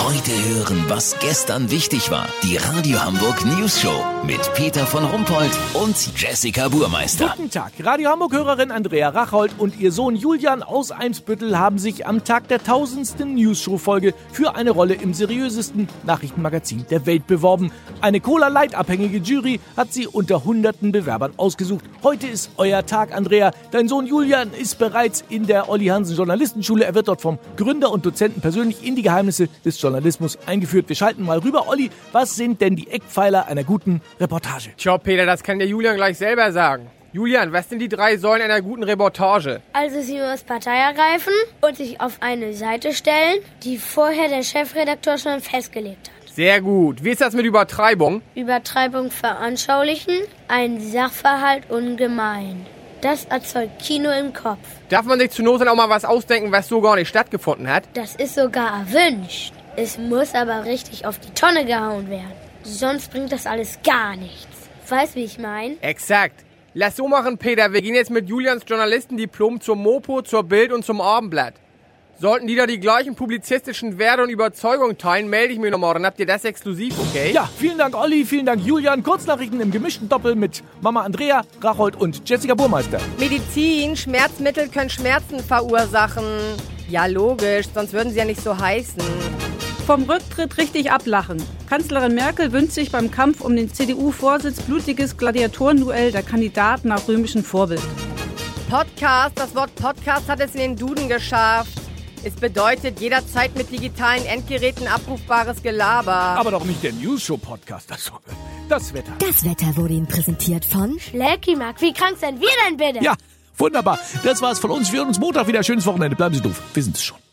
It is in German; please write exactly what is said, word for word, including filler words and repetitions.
Heute hören, was gestern wichtig war. Die Radio Hamburg News Show mit Peter von Rumpold und Jessica Burmeister. Guten Tag. Radio Hamburg-Hörerin Andrea Rachold und ihr Sohn Julian aus Eimsbüttel haben sich am Tag der tausendsten News-Show-Folge für eine Rolle im seriösesten Nachrichtenmagazin der Welt beworben. Eine Cola-Light-abhängige Jury hat sie unter hunderten Bewerbern ausgesucht. Heute ist euer Tag, Andrea. Dein Sohn Julian ist bereits in der Olli Hansen Journalistenschule. Er wird dort vom Gründer und Dozenten persönlich in die Geheimnisse des Journalismus eingeführt. Wir schalten mal rüber. Olli, was sind denn die Eckpfeiler einer guten Reportage? Tja, Peter, das kann der Julian gleich selber sagen. Julian, was sind die drei Säulen einer guten Reportage? Also sie muss Partei ergreifen und sich auf eine Seite stellen, die vorher der Chefredakteur schon festgelegt hat. Sehr gut. Wie ist das mit Übertreibung? Übertreibung veranschaulichen, ein Sachverhalt ungemein. Das erzeugt Kino im Kopf. Darf man sich zur Not dann auch mal was ausdenken, was so gar nicht stattgefunden hat? Das ist sogar erwünscht. Es muss aber richtig auf die Tonne gehauen werden. Sonst bringt das alles gar nichts. Weißt wie ich meine? Exakt. Lass so machen, Peter. Wir gehen jetzt mit Julians Journalistendiplom zur Mopo, zur Bild und zum Abendblatt. Sollten die da die gleichen publizistischen Werte und Überzeugungen teilen, melde ich mich nochmal. Dann habt ihr das exklusiv, okay? Ja, vielen Dank, Olli. Vielen Dank, Julian. Kurznachrichten im gemischten Doppel mit Mama Andrea, Rachold und Jessica Burmeister. Medizin, Schmerzmittel können Schmerzen verursachen. Ja, logisch, sonst würden sie ja nicht so heißen. Vom Rücktritt richtig ablachen. Kanzlerin Merkel wünscht sich beim Kampf um den C D U-Vorsitz blutiges Gladiatorenduell der Kandidaten nach römischem Vorbild. Podcast, das Wort Podcast hat es in den Duden geschafft. Es bedeutet jederzeit mit digitalen Endgeräten abrufbares Gelaber. Aber doch nicht der News-Show-Podcast. Das, das Wetter. Das Wetter wurde Ihnen präsentiert von Schlecki, Marc, wie krank sind wir denn bitte? Ja, wunderbar. Das war's von uns. Wir hören uns Montag wieder. Schönes Wochenende. Bleiben Sie doof. Wir sind es schon.